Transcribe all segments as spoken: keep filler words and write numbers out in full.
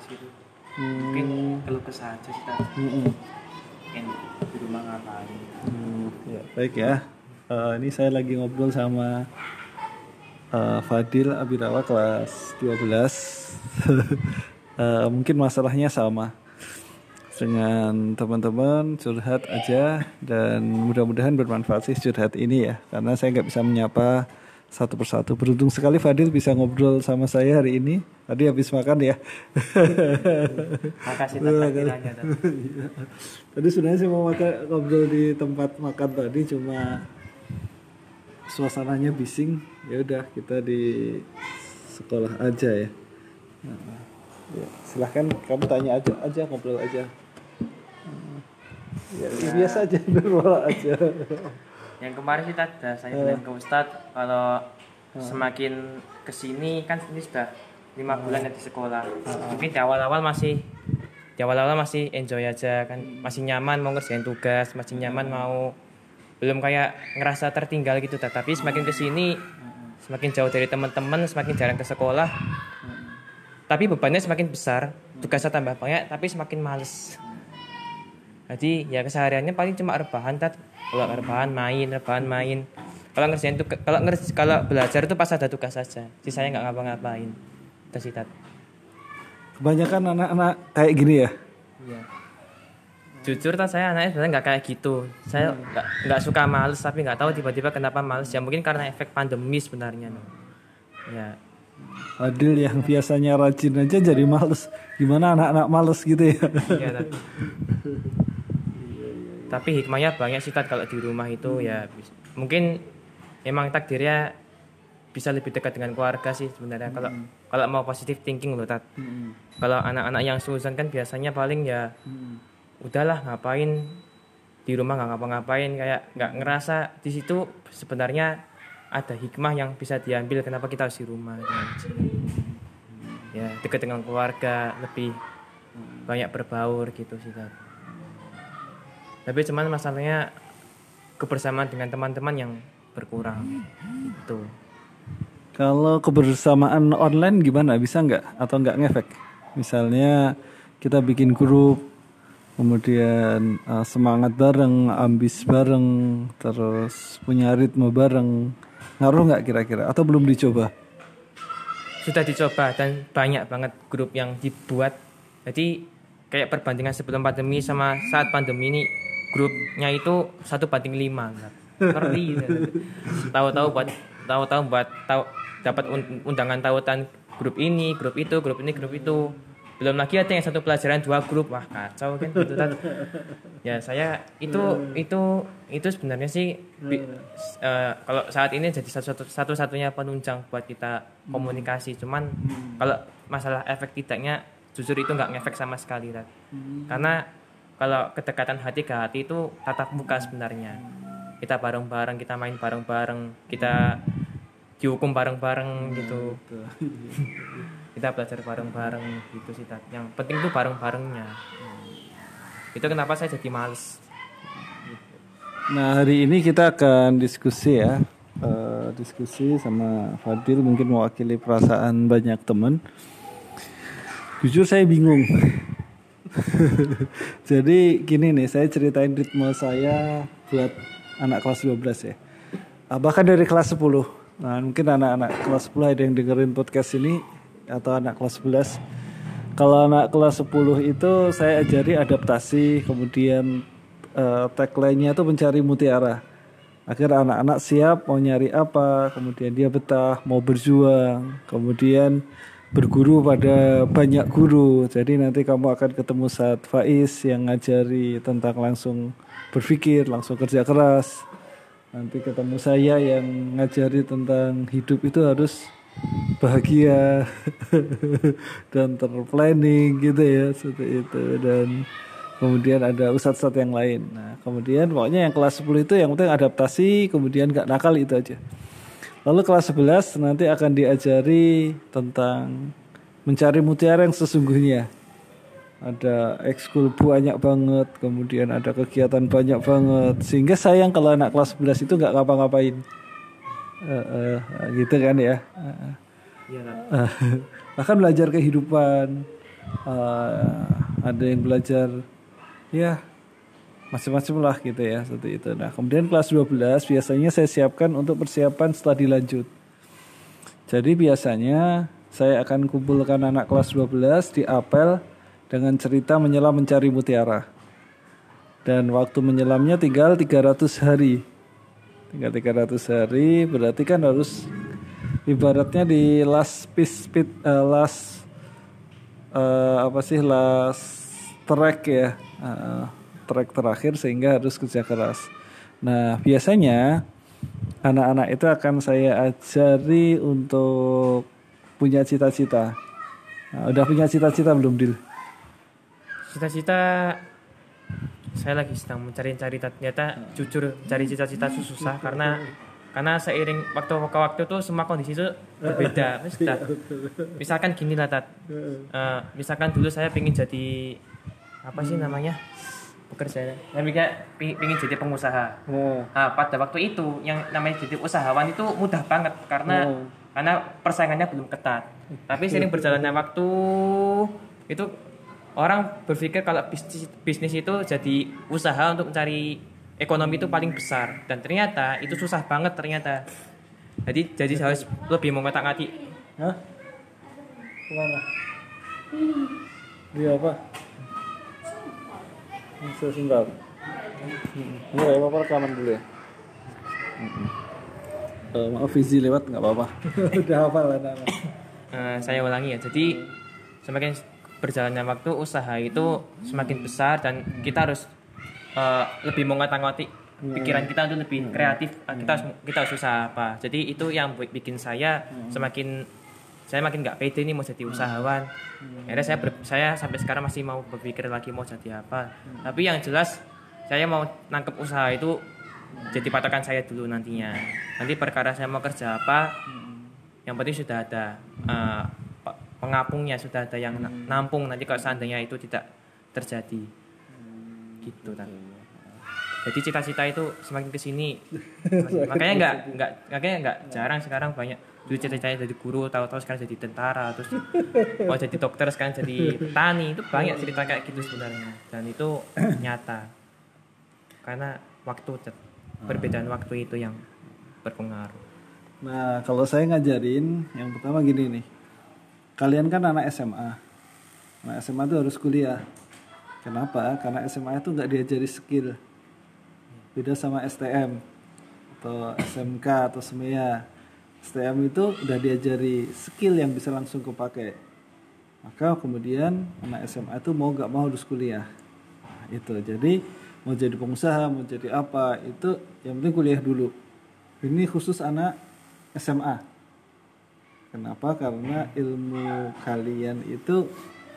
gitu. Hmm. Mungkin keluh kesah aja kita. Hmm. Pengen di rumah ngapain. Hmm, ya, baik ya. Uh, ini saya lagi ngobrol sama uh, Fadil Abirawa kelas dua belas. uh, mungkin masalahnya sama dengan teman-teman, curhat aja, dan mudah-mudahan bermanfaat sih curhat ini ya, karena saya nggak bisa menyapa satu persatu. Beruntung sekali Fadil bisa ngobrol sama saya hari ini. Tadi habis makan ya. Makasih takdirannya. Tadi sebenarnya saya mau makan, ngobrol di tempat makan tadi, cuma suasananya bising. Ya udah kita di sekolah aja ya. Nah, ya silahkan kamu tanya aja, aja ngobrol aja. Ya, ya. Biasa aja, normal aja. Yang kemarin sih tadi saya bilang ke Ustadz kalau semakin kesini kan ini sudah lima bulan ya di sekolah. Mungkin di awal-awal masih di awal-awal masih enjoy aja kan, masih nyaman mau ngerjain tugas, masih nyaman mau belum kayak ngerasa tertinggal gitu. Tapi semakin kesini semakin jauh dari teman-teman, semakin jarang ke sekolah. Tapi bebannya semakin besar, tugasnya tambah banyak, tapi semakin males. Jadi ya kesehariannya paling cuma rebahan, tat. Kalau rebahan main, rebahan main. Kalau ngerjain tugas, kalau ngerjain, kalau belajar itu pas ada tugas saja. Sisanya nggak ngapa-ngapain. Itu sih, tat. Kebanyakan anak-anak kayak gini ya. Iya. Jujur tat, saya anaknya sebenarnya nggak kayak gitu. Saya nggak hmm. nggak suka males, tapi nggak tahu tiba-tiba kenapa males. Ya mungkin karena efek pandemi sebenarnya. Ya. Adil yang biasanya rajin aja jadi males. Gimana anak-anak males gitu ya? Iya, tat. Tapi hikmahnya banyak sih, tat, kalau di rumah itu ya mungkin emang takdirnya bisa lebih dekat dengan keluarga sih sebenarnya. Kalau hmm. kalau mau positive thinking loh, tat. Hmm. Kalau anak-anak yang suuzon kan biasanya paling ya hmm. udahlah ngapain di rumah, nggak ngapa-ngapain, kayak nggak ngerasa di situ sebenarnya ada hikmah yang bisa diambil kenapa kita harus di rumah. Ya dekat dengan keluarga, lebih banyak berbaur gitu sih, tat. Tapi cuman masalahnya kebersamaan dengan teman-teman yang berkurang itu. Kalau kebersamaan online gimana? Bisa nggak atau nggak ngefek? Misalnya kita bikin grup, kemudian uh, semangat bareng, ambis bareng, terus punya ritme bareng, ngaruh nggak kira-kira? Atau belum dicoba? Sudah dicoba dan banyak banget grup yang dibuat. Jadi kayak perbandingan sebelum pandemi sama saat pandemi ini, grupnya itu satu banding lima, ngeri. Tahu-tahu buat tahu-tahu buat tahu dapat undangan tautan grup ini, grup itu, grup ini, grup itu. Belum lagi ada yang satu pelajaran dua grup, wah kacau kan gitu, tat. Ya saya itu itu itu sebenarnya sih bi, uh, kalau saat ini jadi satu satu-satunya penunjang buat kita komunikasi. Cuman kalau masalah efek tidaknya, jujur itu nggak ngefek sama sekali, tat. Karena kalau kedekatan hati ke hati itu tatap muka sebenarnya. Kita bareng-bareng, kita main bareng-bareng, kita dihukum bareng-bareng gitu. Kita belajar bareng-bareng gitu sih, tat. Yang penting tuh bareng-barengnya. Itu kenapa saya jadi males. Nah hari ini kita akan diskusi ya, uh, diskusi sama Fadil, mungkin mewakili perasaan banyak teman. Jujur saya bingung. Jadi gini nih, saya ceritain ritme saya buat anak kelas dua belas ya. Bahkan dari kelas sepuluh. Nah, mungkin anak-anak kelas sepuluh ada yang dengerin podcast ini, atau anak kelas sebelas. Kalau anak kelas sepuluh itu saya ajari adaptasi, kemudian uh, tagline-nya itu mencari mutiara. Akhirnya anak-anak siap mau nyari apa, kemudian dia betah, mau berjuang, kemudian berguru pada banyak guru. Jadi nanti kamu akan ketemu Ustadz Faiz yang ngajari tentang langsung berpikir, langsung kerja keras. Nanti ketemu saya yang ngajari tentang hidup itu harus bahagia dan terplanning gitu ya, seperti itu. Dan kemudian ada ustadz-ustadz yang lain. Nah kemudian pokoknya yang kelas sepuluh itu yang penting adaptasi, kemudian gak nakal, itu aja. Lalu kelas sebelas nanti akan diajari tentang mencari mutiara yang sesungguhnya. Ada ekskul banyak banget, kemudian ada kegiatan banyak banget, sehingga sayang kalau anak kelas sebelas itu gak ngapa-ngapain. Uh, uh, gitu kan ya. Uh, uh, bahkan belajar kehidupan, uh, ada yang belajar ya macam-macam lah gitu ya seperti itu. Nah kemudian kelas dua belas biasanya saya siapkan untuk persiapan studi lanjut. Jadi biasanya saya akan kumpulkan anak kelas dua belas di apel dengan cerita menyelam mencari mutiara. Dan waktu menyelamnya tinggal tiga ratus hari. Tinggal tiga ratus hari berarti kan harus ibaratnya di last piece, speed, uh, last uh, apa sih last track ya. Uh, track terakhir sehingga harus kerja keras. Nah biasanya anak-anak itu akan saya ajari untuk punya cita-cita. Nah, udah punya cita-cita belum, Dil? Cita-cita saya lagi sedang mencari-cari, ternyata jujur cari cita-cita itu susah karena karena seiring waktu ke waktu tuh semua kondisi itu berbeda. Misalkan gini lah Tat, uh, misalkan dulu saya pengen jadi apa sih namanya pekerjaan, saya pengen, pengen jadi pengusaha. Nah, pada waktu itu yang namanya jadi usahawan itu mudah banget karena karena persaingannya belum ketat. Tapi seiring berjalannya waktu itu orang berpikir kalau bisnis, bisnis itu jadi usaha untuk mencari ekonomi itu paling besar, dan ternyata itu susah banget ternyata. Jadi jadi harus lebih mengotak-atik. Hah? Kemana? Dia apa? Bisa sebentar. Ini ya apa rekaman dulu ya. Uh, maaf Fizi lewat nggak apa-apa. Udah hafal lah anak-anak. Uh, saya ulangi ya. Jadi semakin berjalannya waktu usaha itu semakin besar dan kita harus uh, lebih mengotak-atik pikiran kita untuk lebih kreatif. Uh, kita harus kita harus usaha apa. Jadi itu yang bikin saya semakin saya makin nggak pede nih mau jadi usahawan. Akhirnya saya ber, saya sampai sekarang masih mau berpikir lagi mau jadi apa. Tapi yang jelas saya mau nangkep usaha itu jadi patokan saya dulu nantinya. Nanti perkara saya mau kerja apa, yang penting sudah ada uh, pengapungnya, sudah ada yang nampung nanti kalau seandainya itu tidak terjadi. Gitu kan. Jadi cita-cita itu semakin kesini, makanya nggak nggak makanya nggak jarang sekarang banyak dulu cita-citanya jadi guru, tahu-tahu sekarang jadi tentara, terus mau jadi dokter sekarang jadi petani. Itu banyak cerita kayak gitu sebenarnya, dan itu nyata karena waktu perbedaan waktu itu yang berpengaruh. Nah kalau saya ngajarin yang pertama gini nih, kalian kan anak S M A, anak S M A itu harus kuliah. Kenapa? Karena S M A itu nggak diajari skill. Beda sama S T M atau S M K atau S M E A. S T M itu udah diajari skill yang bisa langsung kepake. Maka kemudian anak S M A itu mau gak mau harus kuliah. Nah, itu jadi mau jadi pengusaha, mau jadi apa, itu yang penting kuliah dulu. Ini khusus anak S M A. Kenapa? Karena ilmu kalian itu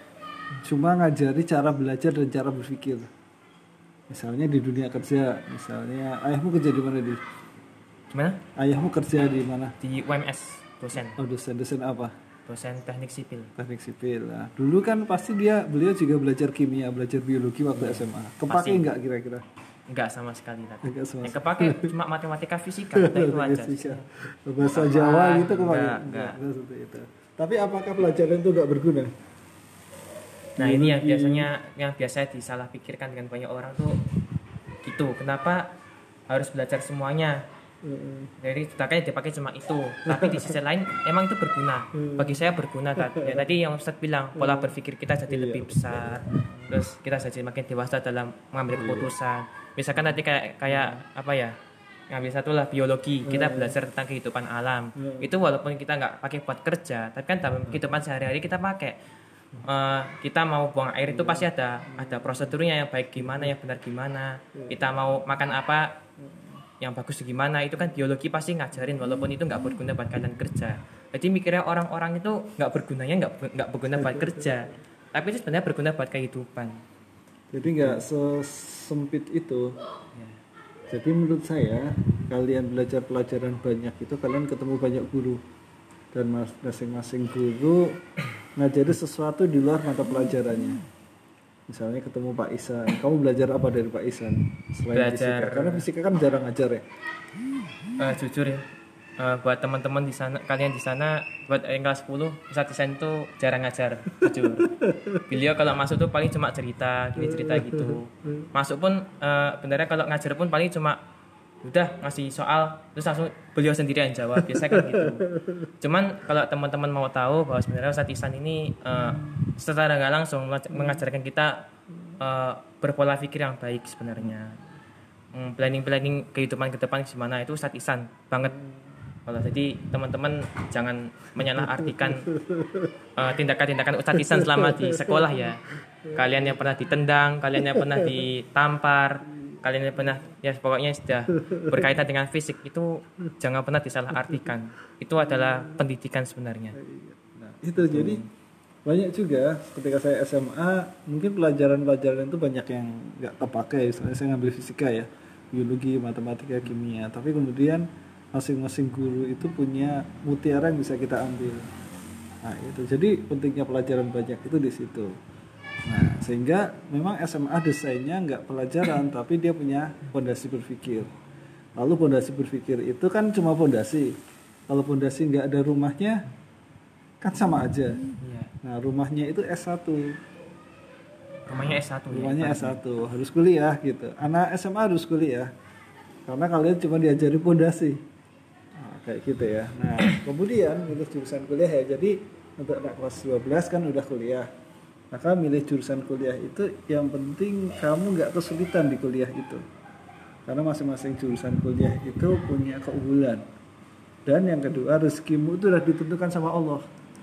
cuma ngajari cara belajar dan cara berpikir. Misalnya di dunia kerja, misalnya ayahmu kerja di mana, Di? Gimana? Ayahmu kerja di mana? Di U M S, dosen. Oh, dosen, dosen apa? Dosen teknik sipil. Teknik sipil. Nah, dulu kan pasti dia, beliau juga belajar kimia, belajar biologi waktu S M A. Kepake enggak kira-kira? Enggak sama sekali tadi. Enggak sama. Yang kepake cuma matematika, fisika, itu aja. Bahasa Jawa gitu kepake. Enggak, enggak. Enggak seperti itu. Tapi apakah pelajaran itu enggak berguna? Nah ini yang biasanya yang biasa disalah pikirkan dengan banyak orang tuh gitu. Kenapa harus belajar semuanya? Jadi makanya dipakai cuma itu. Tapi di sisi lain emang itu berguna. Bagi saya berguna tadi. Ya, tadi yang Ustadz bilang pola berpikir kita jadi lebih besar. Terus kita jadi makin dewasa dalam mengambil keputusan. Misalkan tadi kayak kayak apa ya? Ngambil satu lah biologi. Kita belajar tentang kehidupan alam. Itu walaupun kita nggak pakai buat kerja, tapi kan dalam kehidupan sehari-hari kita pakai. Uh, kita mau buang air itu pasti ada ada prosedurnya yang baik gimana, yang benar gimana. Kita mau makan apa yang bagus gimana, itu kan biologi pasti ngajarin walaupun itu nggak berguna buat kalian kerja. Jadi mikirnya orang-orang itu nggak bergunanya nggak nggak berguna buat kerja, tapi itu sebenarnya berguna buat kehidupan. Jadi nggak sesempit itu. Jadi menurut saya kalian belajar pelajaran banyak itu kalian ketemu banyak guru, dan masing-masing guru ngajari sesuatu di luar mata pelajarannya. Misalnya ketemu Pak Isan, kamu belajar apa dari Pak Isan selain belajar fisika? Karena fisika kan jarang ngajar ya. Uh, jujur ya, Uh, buat teman-teman di sana, kalian di sana, buat yang kelas sepuluh, Ustadz Ihsan itu jarang ngajar, jujur. Beliau kalau masuk tuh paling cuma cerita, gini cerita gitu. Masuk pun, uh, benernya kalau ngajar pun paling cuma udah ngasih soal, terus langsung beliau sendiri yang jawab. Biasanya kan gitu. Cuman kalau teman-teman mau tahu bahwa sebenarnya Ustadz Ihsan ini uh, secara nggak langsung mengajarkan kita uh, berpola pikir yang baik sebenarnya. Hmm, planning-planning kehidupan ke depan gimana itu Ustadz Ihsan banget. Kalau jadi teman-teman jangan menyalahartikan uh, tindakan-tindakan Ustadz Ihsan selama di sekolah ya. Kalian yang pernah ditendang, kalian yang pernah ditampar, kalian yang pernah ya pokoknya sudah berkaitan dengan fisik itu jangan pernah disalahartikan. Itu adalah pendidikan sebenarnya. Nah, itu jadi banyak juga ketika saya S M A mungkin pelajaran-pelajaran itu banyak yang nggak terpakai. Misalnya saya ngambil fisika ya, biologi, matematika, kimia. Tapi kemudian masing-masing guru itu punya mutiara yang bisa kita ambil. Nah itu jadi pentingnya pelajaran banyak itu di situ. Nah sehingga memang S M A desainnya nggak pelajaran tapi dia punya fondasi berpikir. Lalu fondasi berpikir itu kan cuma fondasi. Kalau fondasi nggak ada rumahnya kan sama aja. Nah rumahnya itu S satu. Rumahnya S satu. Rumahnya ya, S satu harus kuliah gitu. Anak S M A harus kuliah karena kalian cuma diajari fondasi. Kayak gitu ya. Nah, kemudian milih jurusan kuliah ya. Jadi untuk anak kelas dua belas kan udah kuliah. Maka milih jurusan kuliah itu yang penting kamu nggak kesulitan di kuliah itu. Karena masing-masing jurusan kuliah itu punya keunggulan. Dan yang kedua rezekimu itu sudah ditentukan sama Allah.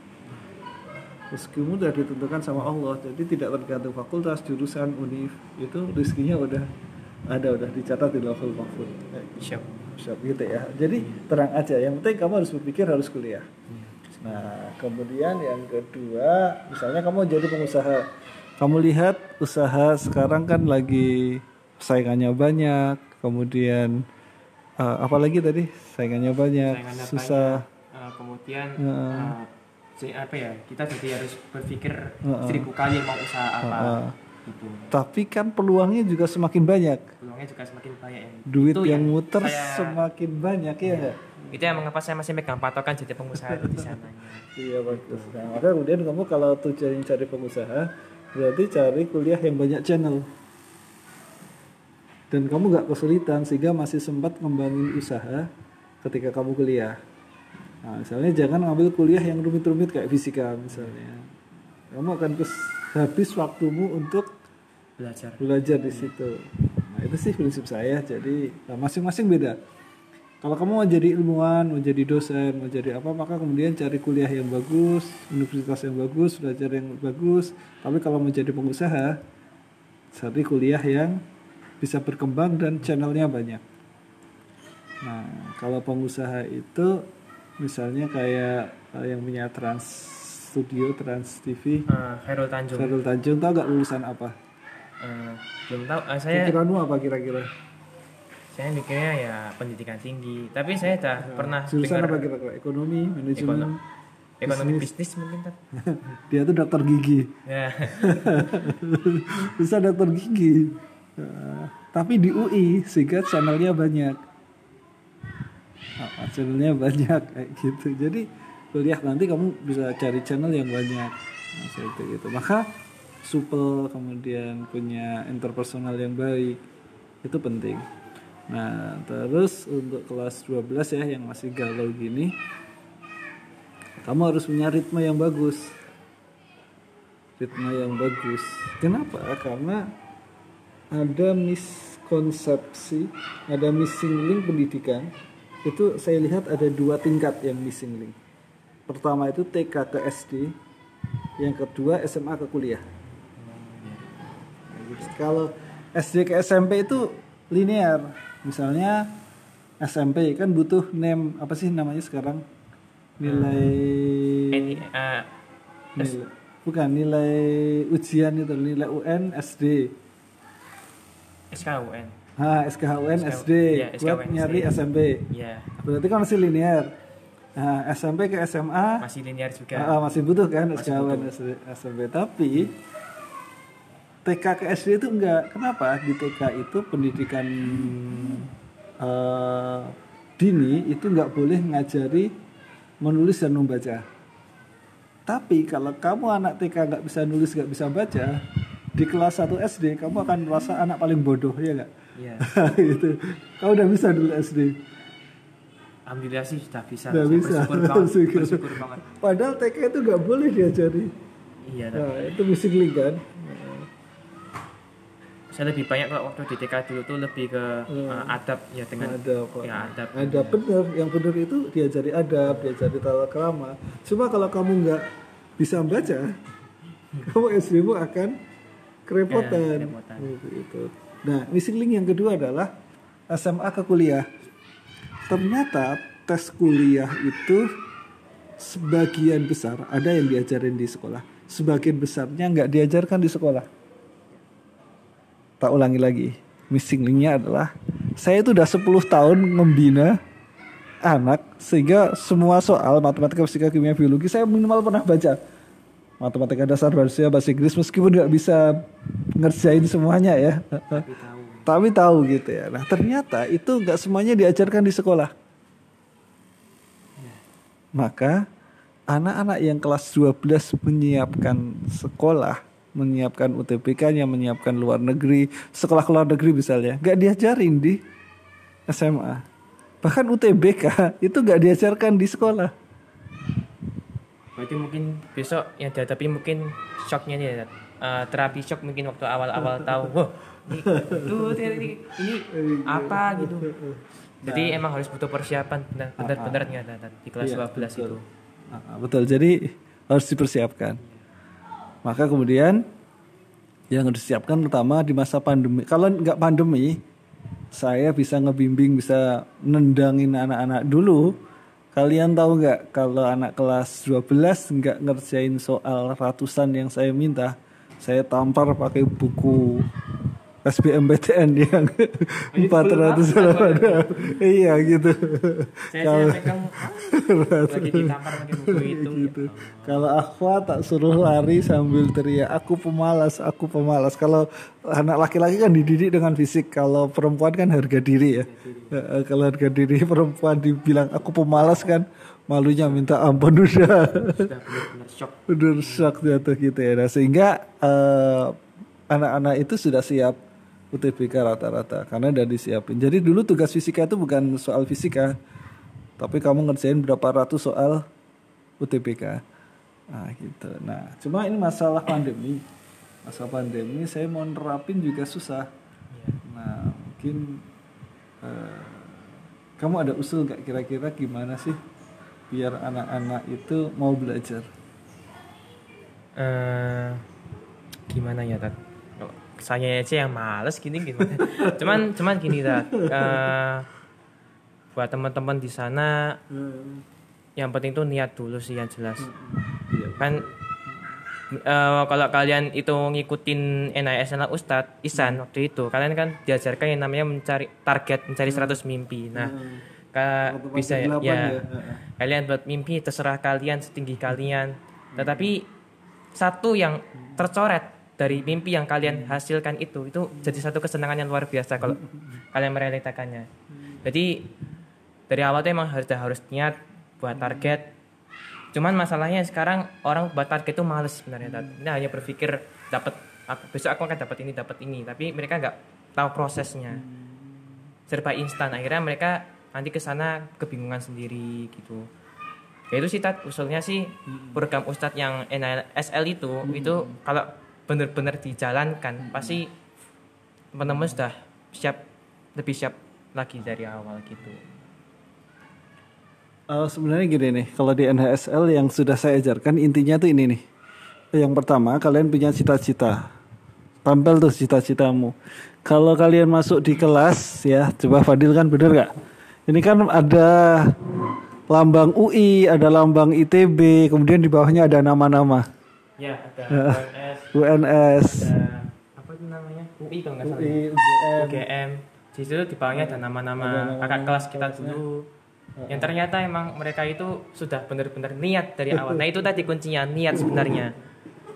Rezekimu sudah ditentukan sama Allah. Jadi tidak tergantung fakultas, jurusan, univ. Itu rezekinya udah ada, udah dicatat di Lauhul Mahfuz. Siap. Siap gitu ya. Jadi terang aja. Yang penting kamu harus berpikir harus kuliah. Nah, kemudian yang kedua, misalnya kamu jadi pengusaha. Kamu lihat usaha sekarang kan lagi saingannya banyak. Kemudian uh, apa lagi tadi? Saingannya banyak, Saingannya susah. Banyak. Uh, kemudian Uh, uh, apa ya? Kita jadi harus berpikir uh, seribu kali mau usaha apa. Uh, uh. Gitu. Tapi kan peluangnya juga semakin banyak. Peluangnya juga semakin banyak. Ya. Duit itu yang, yang muter saya, semakin banyak ya nggak? Itu yang mengapa saya masih megang patokan jadi pengusaha di sana. Iya bagus. Nah, maka kemudian kamu kalau tujuannya cari pengusaha, berarti cari kuliah yang banyak channel. Dan kamu nggak kesulitan sehingga masih sempat ngembangin usaha ketika kamu kuliah. Nah, misalnya jangan ngambil kuliah yang rumit-rumit kayak fisika misalnya. Kamu akan habis waktumu untuk belajar belajar di situ. Nah itu sih prinsip saya. Jadi nah, masing-masing beda. Kalau kamu mau jadi ilmuwan, mau jadi dosen, mau jadi apa, maka kemudian cari kuliah yang bagus, universitas yang bagus, belajar yang bagus. Tapi kalau mau jadi pengusaha, cari kuliah yang bisa berkembang dan channelnya banyak. Nah kalau pengusaha itu misalnya kayak yang punya Trans Studio, Trans T V, uh, Khairul Tanjung. Khairul Tanjung, tau gak lulusan apa? Uh, belum tahu. Uh, saya. Pikiranmu apa kira-kira? Saya mikirnya ya pendidikan tinggi. Tapi saya dah nah, pernah. Jurusan apa kira-kira? Ekonomi, manajemen, ekonomi, ekonomi bisnis mungkin kan? Dia tuh dokter gigi. Ya. Bisa dokter gigi. Uh, tapi di U I sehingga channelnya banyak. Nah, channelnya banyak kayak gitu. Jadi kuliah nanti kamu bisa cari channel yang banyak. Nah, seperti itu. Maka supel kemudian punya interpersonal yang baik itu penting. Nah, terus untuk kelas dua belas ya yang masih galau gini, kamu harus punya ritme yang bagus. Ritme yang bagus. Kenapa? Karena ada miskonsepsi, ada missing link pendidikan. Itu saya lihat ada dua tingkat yang missing link. Pertama itu T K ke S D, yang kedua S M A ke kuliah. Nah, kalau S D ke S M P itu linear. Misalnya S M P kan butuh name apa sih namanya sekarang? Nilai, uh, nilai bukan nilai ujian itu, nilai U N S D. S K U N. Ah, S K H U N S D ya, buat nyari S M P. Iya. Berarti kan masih linear. Nah, S M P ke S M A masih linear juga. Uh, masih butuh kan S K H U N S M P, tapi T K ke S D itu enggak. Kenapa? Di T K itu pendidikan uh, dini itu nggak boleh ngajari menulis dan membaca. Tapi kalau kamu anak T K nggak bisa nulis, nggak bisa baca, di kelas satu S D kamu akan merasa anak paling bodoh, ya nggak? Iya. Gitu. Kamu udah bisa dulu S D. Alhamdulillah sih sudah bisa. Udah bisa. Bersyukur banget. Bersyukur. Bersyukur banget. Padahal T K itu nggak boleh diajari. Iya. Nah, itu missing link kan. Saya lebih banyak kalau waktu di T K dulu tuh lebih ke Hmm. uh, adab ya dengan Adab, Pak. ya adab. Adab bener, yang bener itu diajari adab, diajari tata krama. Cuma kalau kamu nggak bisa baca, kamu S D-mu akan kerepotan. Ya, kerepotan. Gitu. Nah, missing link yang kedua adalah S M A ke kuliah. Ternyata tes kuliah itu sebagian besar ada yang diajarin di sekolah, sebagian besarnya nggak diajarkan di sekolah. Tak ulangi lagi, missing linknya adalah saya itu udah sepuluh tahun membina anak sehingga semua soal matematika, fisika, kimia, biologi saya minimal pernah baca. Matematika dasar, bahasa bahasa Inggris meskipun nggak bisa ngerjain semuanya ya, Tapi tahu. tapi tahu gitu ya. Nah ternyata itu nggak semuanya diajarkan di sekolah. Maka anak-anak yang kelas dua belas menyiapkan sekolah, menyiapkan U T B K-nya, menyiapkan luar negeri, sekolah luar negeri misalnya, nggak diajarin di S M A. Bahkan U T B K itu nggak diajarkan di sekolah. Berarti mungkin besok yang dihadapi mungkin shocknya nih ya. Uh, terapi shock mungkin waktu awal-awal tahu, wah ini, tuh, ini, ini apa gitu. Jadi nah, emang harus butuh persiapan benar-benar ternyata di kelas iya, dua belas betul. Itu. Betul, jadi harus dipersiapkan. Maka kemudian yang harus disiapkan pertama di masa pandemi. Kalau nggak pandemi, saya bisa ngebimbing, bisa nendangin anak-anak dulu. Kalian tahu nggak kalau anak kelas dua belas nggak ngerjain soal ratusan yang saya minta, saya tampar pakai buku S B M P T N yang empat ratus halaman. Iya gitu. Saya pegang lagi ditampar pakai buku itu. Gitu. Kalau Akhwa tak suruh lari sambil teriak, aku pemalas, aku pemalas. Kalau anak laki-laki kan dididik dengan fisik, kalau perempuan kan harga diri ya. Kalau harga diri perempuan dibilang aku pemalas kan malunya minta ampun udah. Sudah benar-benar shock. Udah shock jatuh gitu ya. Nah, sehingga uh, anak-anak itu sudah siap U T B K rata-rata karena udah disiapin. Jadi dulu tugas fisika itu bukan soal fisika, tapi kamu ngerjain berapa ratus soal U T B K. Nah gitu. Nah cuma ini masalah pandemi. Masa pandemi saya mau nerapin juga susah. Nah mungkin uh, kamu ada usul gak kira-kira gimana sih biar anak-anak itu mau belajar? Uh, gimana ya Tat? Saya aja yang males gini gimana? cuman cuman gini Tat. Uh, buat teman-teman di sana, hmm. yang penting tuh niat dulu sih yang jelas. Hmm. Kan uh, kalau kalian itu ngikutin N I S N Ustadz Ihsan hmm. waktu itu, kalian kan diajarkan yang namanya mencari target, mencari seratus mimpi. Nah, hmm. ka, bisa ya, ya. Kalian buat mimpi terserah kalian setinggi kalian. Tetapi satu yang tercoret dari mimpi yang kalian hasilkan itu itu jadi satu kesenangan yang luar biasa kalau kalian merealitakannya. Jadi dari awal tuh emang harus harus niat buat target. Cuman masalahnya sekarang orang buat target itu males sebenarnya. Ini hanya berpikir dapat besok aku akan dapat ini dapat ini, tapi mereka nggak tahu prosesnya. Serba instan, akhirnya mereka nanti ke sana kebingungan sendiri gitu. Ya itu sih Tat, usulnya sih program Ustadz yang N I S L itu hmm. itu kalau benar-benar dijalankan hmm. pasti teman-teman sudah siap, lebih siap lagi dari awal gitu. Uh, sebenarnya gini nih, kalau di N H S L yang sudah saya ajarkan intinya tuh ini nih. Yang pertama, kalian punya cita-cita. Tampil tuh cita-citamu. Kalau kalian masuk di kelas ya, coba Fadil kan bener gak? Ini kan ada lambang U I, ada lambang I T B, kemudian di bawahnya ada nama-nama. Ya, ada U N S. Ada apa itu namanya? U I kalau nggak salah. U I, G M. Di situ di bawahnya ada nama-nama kakak kelas kita dulu. Yang ternyata emang mereka itu sudah benar-benar niat dari awal. Nah itu tadi kuncinya, niat sebenarnya.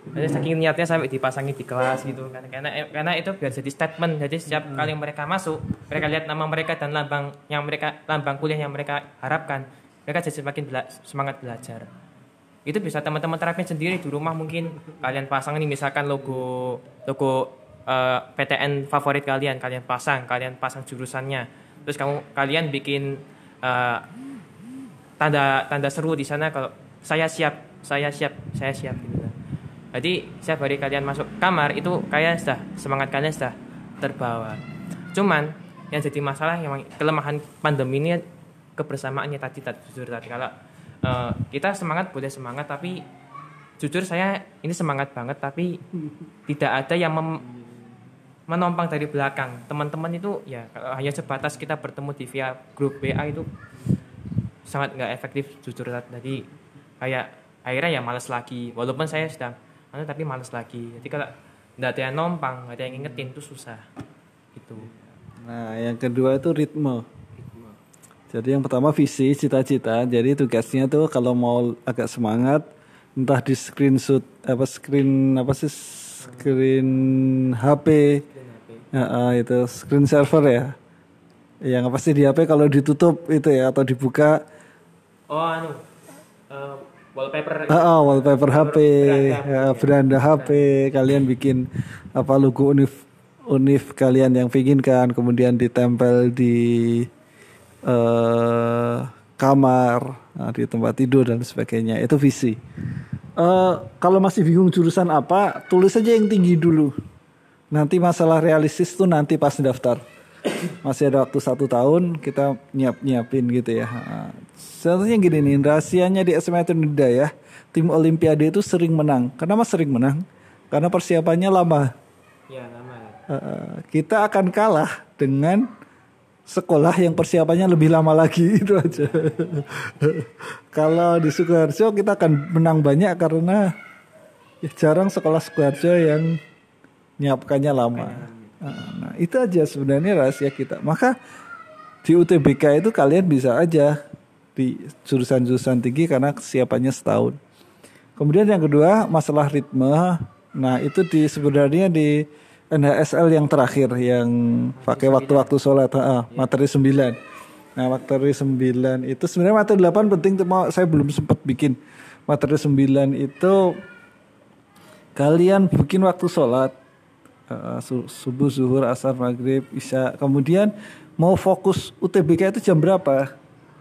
Jadi saking niatnya sampai dipasangin di kelas gitu kan. Karena karena itu biar jadi statement. Jadi setiap kali mereka masuk, mereka lihat nama mereka dan lambang yang mereka lambang kuliah yang mereka harapkan, mereka jadi semakin bela- semangat belajar. Itu bisa teman-teman terapin sendiri di rumah. Mungkin kalian pasang ini misalkan logo logo uh, P T N favorit kalian, kalian pasang, kalian pasang jurusannya. Terus kamu kalian bikin uh, tanda tanda seru di sana kalau saya siap, saya siap, saya siap gitu. Jadi setiap hari kalian masuk kamar itu kalian sudah semangat kalian sudah terbawa. Cuman yang jadi masalah yang kelemahan pandemi ini kebersamaannya tadi tadi jujur tadi kalau uh, kita semangat boleh semangat tapi jujur saya ini semangat banget tapi tidak ada yang mem- menompang dari belakang. Teman-teman itu ya kalau hanya sebatas kita bertemu di via grup W A itu sangat nggak efektif jujur tadi. Kayak akhirnya ya malas lagi. Walaupun saya sudah anu tapi malas lagi. Jadi kalau nggak ada yang nompang, nggak ada yang ngingetin itu susah. Gitu. Nah, yang kedua itu ritme. Jadi yang pertama visi, cita-cita. Jadi tugasnya tuh kalau mau agak semangat, entah di screenshot apa screen apa sih screen H P, ya, uh, itu screen server ya. Yang apa sih di H P kalau ditutup itu ya atau dibuka? Oh anu, uh, wallpaper. Ah, uh, uh, wallpaper H P, beranda, ya, beranda H P. Kalian bikin apa logo univ univ kalian yang pinginkan, kemudian ditempel di Uh, kamar, nah, di tempat tidur dan sebagainya. Itu visi. Uh, kalau masih bingung jurusan apa, tulis aja yang tinggi dulu. Nanti masalah realistis tuh nanti pas daftar. Masih ada waktu satu tahun kita nyiap nyiapin gitu ya. Nah, sebenarnya gini nih, rahasianya di S M A Trinida ya, tim Olimpiade itu sering menang. Kenapa sering menang? Karena persiapannya lama. Ya lama. Uh, kita akan kalah dengan sekolah yang persiapannya lebih lama lagi itu aja. Kalau di Sukoharjo kita akan menang banyak karena ya jarang sekolah Sukoharjo yang nyiapkannya lama. Nah, itu aja sebenarnya rahasia kita. Maka di U T B K itu kalian bisa aja di jurusan-jurusan tinggi karena kesiapannya setahun. Kemudian yang kedua masalah ritme. Nah, itu di sebenarnya di N H S L yang terakhir yang pakai waktu-waktu sholat, ah, materi sembilan. Nah, materi sembilan itu sebenarnya materi delapan penting, cuma saya belum sempat bikin. Materi sembilan itu kalian bikin waktu sholat, uh, subuh, zuhur, asar, maghrib, isya. Kemudian mau fokus U T B K itu jam berapa?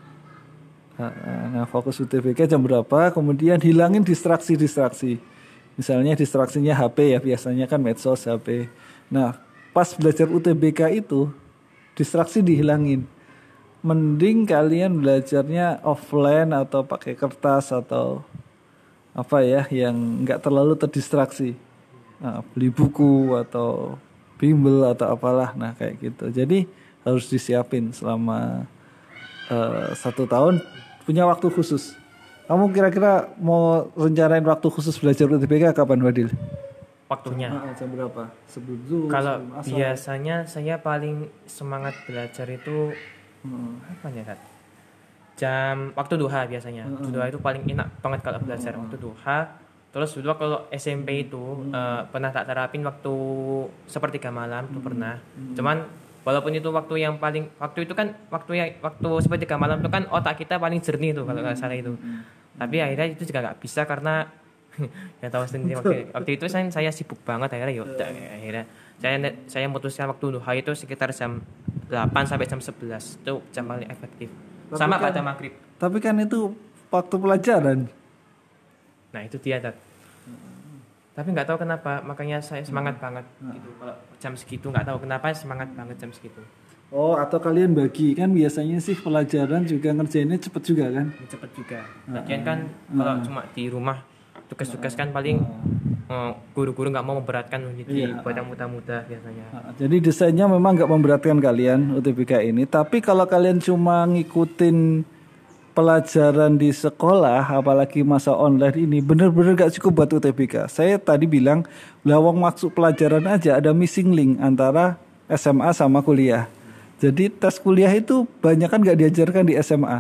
Nah, fokus U T B K jam berapa? Kemudian hilangin distraksi-distraksi. Misalnya distraksinya H P ya, biasanya kan medsos, H P. Nah, pas belajar U T B K itu distraksi dihilangin. Mending kalian belajarnya offline atau pakai kertas atau apa ya yang nggak terlalu terdistraksi. Nah, beli buku atau bimbel atau apalah, nah kayak gitu. Jadi harus disiapin selama uh, satu tahun punya waktu khusus. Kamu kira-kira mau rencanain waktu khusus belajar U T B K kapan, Wadil? Waktunya. Jam, jam berapa? Sebelum zuhur? Kalau sebelum asar? biasanya saya paling semangat belajar itu hmm. apa ya Kak? Jam waktu duha biasanya. Hmm. Waktu duha itu paling enak banget kalau belajar hmm. waktu duha. Terus dulu kalau S M P itu hmm. uh, pernah tak terapin waktu sepertiga malam itu hmm. pernah. Hmm. Cuman walaupun itu waktu yang paling waktu itu kan waktu yang waktu sepertiga malam itu kan otak kita paling jernih tuh kalau nggak salah itu. Tapi akhirnya itu juga nggak bisa karena ya tahu sendiri waktu, waktu itu saya, saya sibuk banget akhirnya yaudah akhirnya saya saya memutuskan waktu duha itu sekitar jam delapan sampai jam sebelas itu jam paling efektif. Tapi sama kan, pada maghrib. Tapi kan itu waktu pelajaran. Nah itu dia Tat. Tapi nggak tahu kenapa makanya saya semangat hmm. banget hmm. gitu kalau jam segitu nggak tahu kenapa semangat banget jam segitu. Oh, atau kalian bagi kan biasanya sih pelajaran juga ngerjainnya cepet juga kan? Cepet juga. Lagian kan uh, kalau uh, cuma di rumah tugas-tugas kan paling uh, guru-guru nggak mau memberatkan jadi iya, buat yang mudah-mudah biasanya. Uh, jadi desainnya memang nggak memberatkan kalian U T B K ini. Tapi kalau kalian cuma ngikutin pelajaran di sekolah, apalagi masa online ini, bener-bener gak cukup buat U T B K. Saya tadi bilang, lawang masuk pelajaran aja ada missing link antara S M A sama kuliah. Jadi tes kuliah itu banyak kan gak diajarkan di S M A.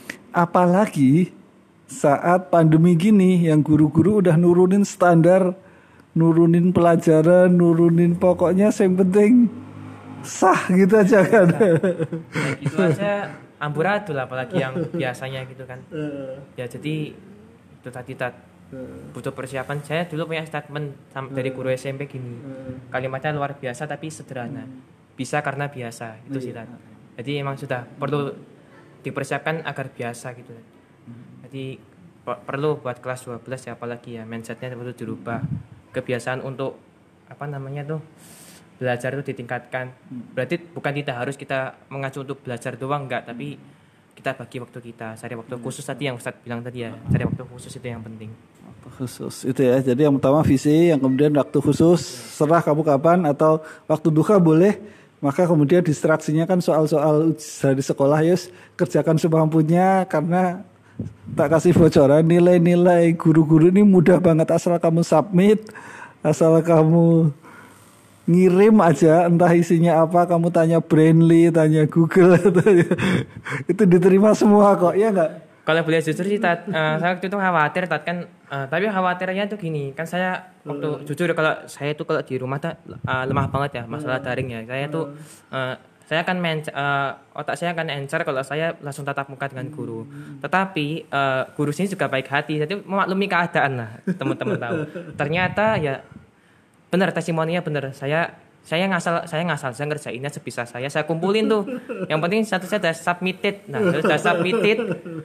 Apalagi saat pandemi gini yang guru-guru udah nurunin standar nurunin pelajaran, nurunin pokoknya yang penting sah gitu aja kan. Nah, gitu aja amburadul apalagi yang biasanya gitu kan. Ya jadi itu tadi tat butuh persiapan. Saya dulu punya statement dari guru S M P gini. Kalimatnya luar biasa tapi sederhana. Bisa karena biasa. Itu sih tat. Jadi emang sudah perlu dipersiapkan agar biasa gitu. Jadi perlu buat kelas dua belas ya apalagi ya mindsetnya perlu dirubah. Kebiasaan untuk apa namanya tuh belajar itu ditingkatkan. Berarti bukan tidak harus kita mengacu untuk belajar doang enggak, tapi kita bagi waktu kita, cari waktu khusus tadi yang Ustadz bilang tadi ya, cari waktu khusus itu yang penting. Waktu khusus itu ya. Jadi yang pertama visi, yang kemudian waktu khusus, serah kamu kapan atau waktu duha boleh. Maka kemudian distraksinya kan soal-soal dari sekolah, yes, kerjakan semampunya karena tak kasih bocoran nilai-nilai guru-guru ini mudah banget asal kamu submit, asal kamu ngirim aja entah isinya apa, kamu tanya Brainly, tanya Google itu diterima semua kok, ya enggak? Kalau boleh jujur sih tat, uh, saya waktu itu khawatir tat kan, uh, tapi khawatirnya tuh gini kan saya waktu hmm. jujur kalau saya tuh kalau di rumah tuh uh, lemah banget ya masalah daring ya. Saya tuh uh, saya akan men, uh, otak saya akan encer kalau saya langsung tatap muka dengan guru. Tetapi uh, guru sini juga baik hati, jadi memaklumi keadaan lah teman-teman tahu. Ternyata ya benar testimoninya benar. Saya saya ngasal saya ngasal saya ngerjainnya sebisa saya. Saya kumpulin tuh. Yang penting satu saya sudah submitted. Nah, sudah submitted.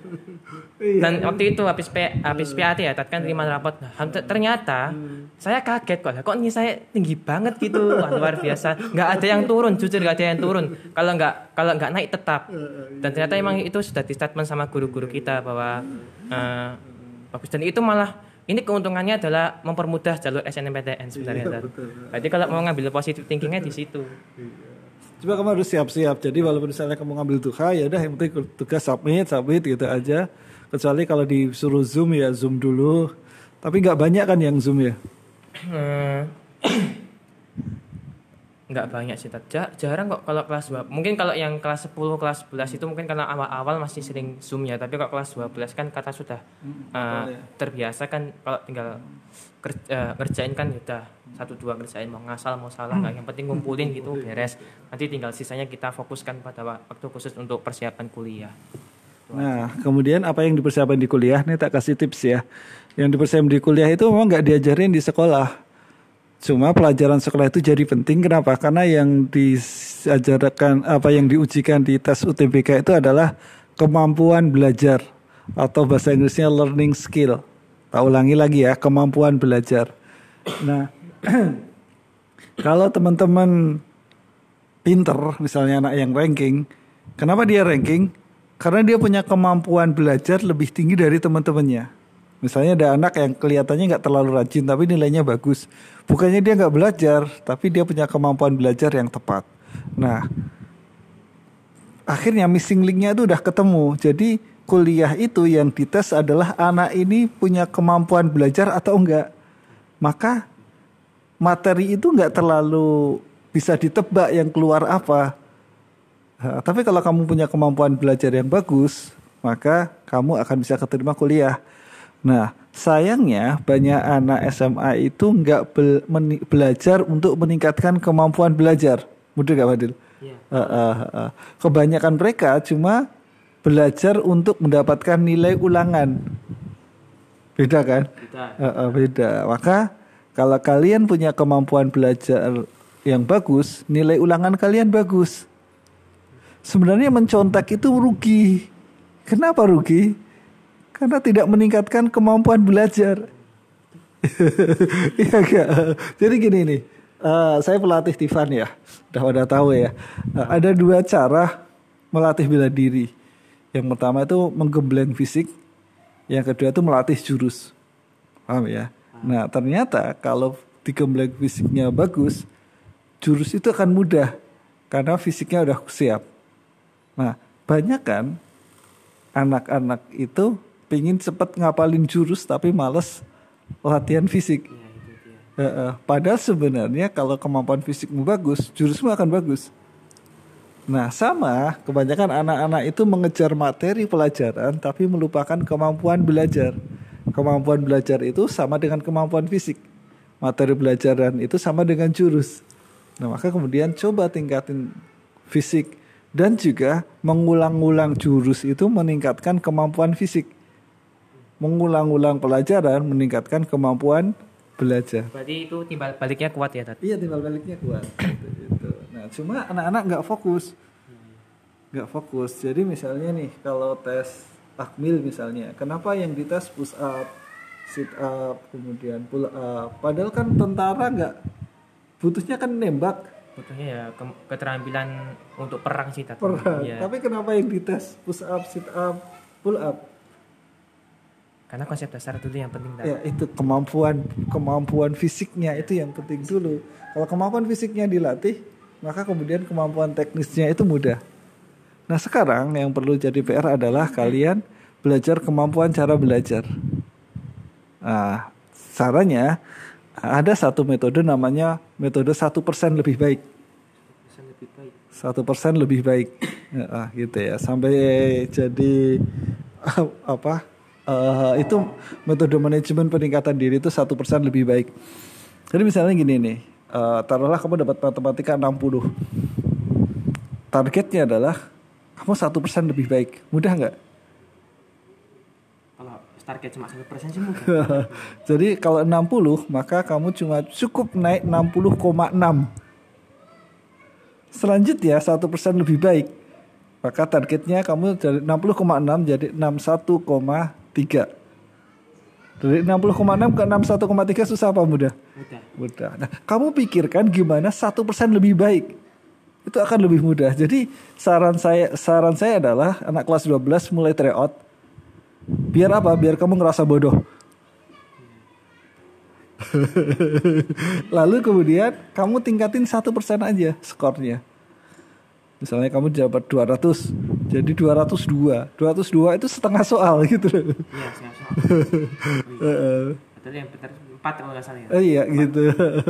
Dan waktu itu habis P, habis P A T ya, kan terima rapot. Nah, ternyata saya kaget kok. Kok ini saya tinggi banget gitu. Wah, luar biasa. Enggak ada yang turun, jujur enggak ada yang turun. Kalau enggak kalau enggak naik tetap. Dan ternyata emang itu sudah di statement sama guru-guru kita bahwa uh, bagus, dan itu malah ini keuntungannya adalah mempermudah jalur S N M P T N sebenarnya. Iya, jadi kalau mau ngambil positive thinkingnya di situ. Coba kamu harus siap-siap. Jadi walaupun misalnya kamu ngambil tugas, ya udah yang penting tugas submit, submit gitu aja. Kecuali kalau disuruh zoom ya zoom dulu. Tapi nggak banyak kan yang zoom ya? Hmm. Nggak banyak sih, jarang kok kalau kelas dua. Mungkin kalau yang kelas sepuluh, kelas sebelas itu mungkin karena awal-awal masih sering zoom ya. Tapi kalau kelas dua belas kan kata sudah uh, terbiasa kan, kalau tinggal kerja, ngerjain kan udah satu dua ngerjain, mau ngasal mau salah nggak, yang penting ngumpulin gitu beres. Nanti tinggal sisanya kita fokuskan pada waktu khusus untuk persiapan kuliah. Nah, kemudian apa yang dipersiapkan di kuliah nih tak kasih tips ya. Yang dipersiapkan di kuliah itu memang nggak diajarin di sekolah. Cuma pelajaran sekolah itu jadi penting. Kenapa? Karena yang diajarkan, apa yang diujikan di tes U T B K itu adalah kemampuan belajar atau bahasa Inggrisnya learning skill. Tak ulangi lagi ya, kemampuan belajar. Nah, kalau teman-teman pinter, misalnya anak yang ranking, kenapa dia ranking? Karena dia punya kemampuan belajar lebih tinggi dari teman-temannya. Misalnya ada anak yang kelihatannya nggak terlalu rajin tapi nilainya bagus. Bukannya dia nggak belajar, tapi dia punya kemampuan belajar yang tepat. Nah, akhirnya missing link-nya itu udah ketemu. Jadi kuliah itu yang dites adalah anak ini punya kemampuan belajar atau enggak. Maka materi itu nggak terlalu bisa ditebak yang keluar apa. Nah, tapi kalau kamu punya kemampuan belajar yang bagus, maka kamu akan bisa keterima kuliah. Nah, sayangnya banyak anak S M A itu nggak be- meni- belajar untuk meningkatkan kemampuan belajar. Mudah nggak, Fadil? Yeah. Uh, uh, uh. Kebanyakan mereka cuma belajar untuk mendapatkan nilai ulangan. Beda kan? Beda. Uh, uh, beda. Maka kalau kalian punya kemampuan belajar yang bagus, nilai ulangan kalian bagus. Sebenarnya mencontak itu rugi. Kenapa rugi? Karena tidak meningkatkan kemampuan belajar. Iya gak? Jadi gini nih, uh, saya pelatih Tivan ya, udah pada tahu ya. Uh, ada dua cara melatih bela diri. Yang pertama itu menggembleng fisik, yang kedua itu melatih jurus. Paham ya? Nah ternyata kalau digembleng fisiknya bagus, jurus itu akan mudah karena fisiknya udah siap. Nah banyak kan anak-anak itu pengen cepat ngapalin jurus tapi males latihan fisik. Ya, itu dia. Uh, uh, padahal sebenarnya kalau kemampuan fisikmu bagus, jurusmu akan bagus. Nah sama, kebanyakan anak-anak itu mengejar materi pelajaran tapi melupakan kemampuan belajar. Kemampuan belajar itu sama dengan kemampuan fisik. materi pelajaran itu sama dengan jurus. Nah, maka kemudian coba tingkatin fisik dan juga mengulang-ulang jurus itu meningkatkan kemampuan fisik. Mengulang-ulang pelajaran meningkatkan kemampuan belajar. Berarti itu timbal baliknya kuat ya, Tat? Iya, timbal baliknya kuat. gitu, gitu. Nah, cuma anak-anak nggak fokus, nggak fokus. Jadi misalnya nih, kalau tes akmil misalnya, kenapa yang dites push up, sit up, kemudian pull up? Padahal kan tentara nggak butuhnya kan nembak. Butuhnya ya ke- keterampilan untuk perang sih, Tat. Perang. Iya. Tapi kenapa yang dites push up, sit up, pull up? Karena konsep dasar dulu yang penting, Tat. Ya itu kemampuan kemampuan fisiknya itu yang penting dulu. Kalau kemampuan fisiknya dilatih, maka kemudian kemampuan teknisnya itu mudah. Nah sekarang yang perlu jadi P R adalah kalian belajar kemampuan cara belajar. Nah caranya ada satu metode namanya metode satu persen lebih baik. Lebih baik. Satu persen lebih baik. Ya, gitu ya sampai jadi apa? Uh, itu metode manajemen peningkatan diri itu satu persen lebih baik. Jadi misalnya gini nih, uh, taruhlah kamu dapat matematika enam puluh. Targetnya adalah kamu satu persen lebih baik. Mudah nggak? Kalau target cuma satu persen sih mudah. Jadi kalau enam puluh, maka kamu cuma cukup naik enam puluh koma enam. Selanjutnya satu persen lebih baik. Maka targetnya kamu dari enam puluh koma enam jadi enam puluh satu koma tiga. Dari enam puluh koma enam ke enam puluh satu koma tiga susah apa mudah? Mudah. Mudah. Nah, kamu pikirkan gimana satu persen lebih baik. Itu akan lebih mudah. Jadi saran saya saran saya adalah anak kelas dua belas mulai try out. Biar apa? Biar kamu ngerasa bodoh. Lalu kemudian kamu tingkatin satu persen aja skornya. Misalnya kamu dapat dua ratus, jadi dua ratus dua. dua ratus dua itu setengah soal gitu loh. Iya, setengah soal. Betul yang benar empat kalau nggak salah ya. Oh iya gitu.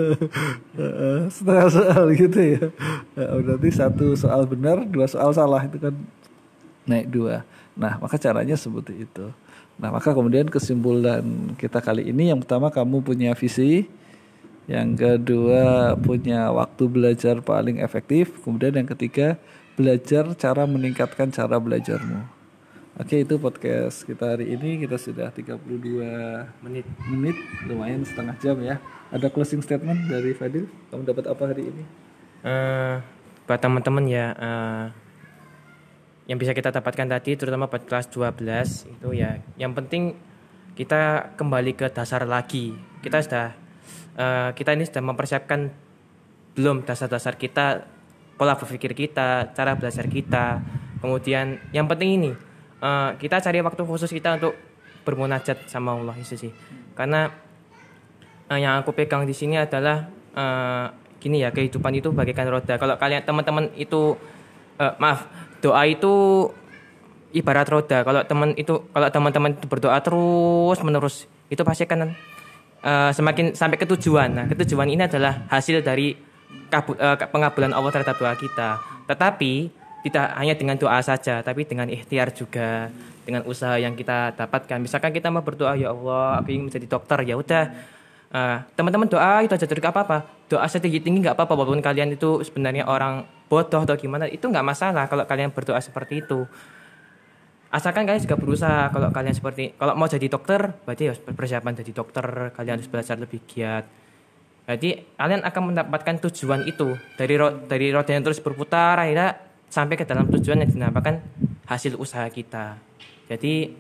Setengah soal gitu ya. Berarti satu soal benar, dua soal salah itu kan naik dua. Nah maka caranya seperti itu. Nah maka kemudian kesimpulan kita kali ini yang pertama kamu punya visi. Yang kedua punya waktu belajar paling efektif. Kemudian yang ketiga belajar cara meningkatkan cara belajarmu. Oke itu podcast kita hari ini. Kita sudah tiga puluh dua Menit. menit. Lumayan setengah jam ya. Ada closing statement dari Fadil. Kamu dapat apa hari ini? Uh, buat teman-teman ya uh, yang bisa kita dapatkan tadi terutama buat kelas dua belas itu ya yang penting kita kembali ke dasar lagi. Kita sudah Uh, kita ini sudah mempersiapkan belum dasar-dasar kita, pola berpikir kita, cara belajar kita. Kemudian yang penting ini uh, kita cari waktu khusus kita untuk bermunajat sama Allah itu sih. Karena uh, yang aku pegang di sini adalah uh, gini ya, kehidupan itu bagaikan roda. Kalau kalian teman-teman itu uh, maaf doa itu ibarat roda. Kalau teman itu kalau teman-teman itu berdoa terus menerus itu pasti akan Uh, semakin sampai ke tujuan. Nah, ketujuan ini adalah hasil dari kabul, uh, pengabulan Allah terhadap doa kita. Tetapi tidak hanya dengan doa saja, tapi dengan ikhtiar juga, dengan usaha yang kita dapatkan. Misalkan kita mau berdoa, ya Allah, aku ingin menjadi dokter, ya udah. Uh, teman-teman doa itu aja dari apa-apa. Doa setinggi tinggi nggak apa-apa, walaupun kalian itu sebenarnya orang bodoh atau gimana, itu nggak masalah kalau kalian berdoa seperti itu. Asalkan kalian juga berusaha. Kalau kalian seperti kalau mau jadi dokter, berarti harus persiapan jadi dokter, kalian harus belajar lebih giat. Jadi kalian akan mendapatkan tujuan itu dari ro, dari roda yang terus berputar akhirnya sampai ke dalam tujuan yang dinamakan hasil usaha kita. Jadi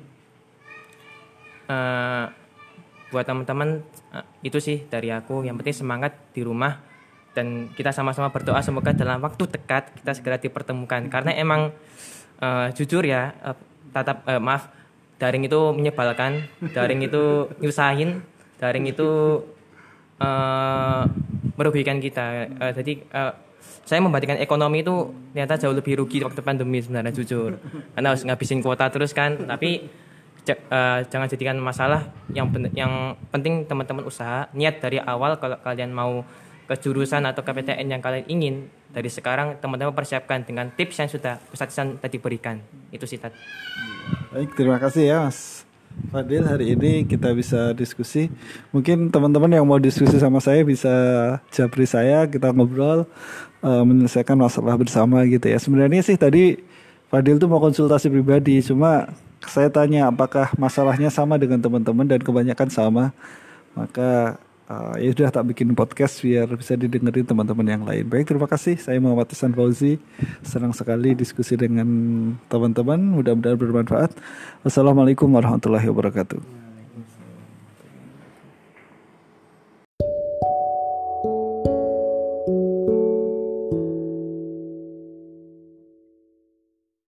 uh, buat teman-teman uh, itu sih dari aku. Yang penting semangat di rumah dan kita sama-sama berdoa semoga dalam waktu dekat kita segera dipertemukan. Karena emang uh, jujur ya. Uh, tatap eh, maaf daring itu menyebalkan, daring itu nyusahin, daring itu eh, merugikan kita. Eh, jadi eh, saya membandingkan ekonomi itu ternyata jauh lebih rugi waktu pandemi sebenarnya jujur, karena harus ngabisin kuota terus kan. Tapi j- eh, jangan jadikan masalah. Yang pen- yang penting teman-teman usaha niat dari awal. Kalau kalian mau ke jurusan atau ke P T N yang kalian ingin, dari sekarang teman-teman persiapkan dengan tips yang sudah Ustaz Ihsan tadi berikan. Itu sih Tat. Baik, terima kasih ya Mas Fadil, hari ini kita bisa diskusi. Mungkin teman-teman yang mau diskusi sama saya bisa japri saya, kita ngobrol, uh, menyelesaikan masalah bersama gitu ya. Sebenarnya sih tadi Fadil tuh mau konsultasi pribadi, cuma saya tanya apakah masalahnya sama dengan teman-teman dan kebanyakan sama. Maka uh, ya udah tak bikin podcast biar bisa didengerin teman-teman yang lain. Baik, terima kasih. Saya Muhammad Ihsan Fauzi. Senang sekali diskusi dengan teman-teman. Mudah-mudahan bermanfaat. Wassalamualaikum warahmatullahi wabarakatuh.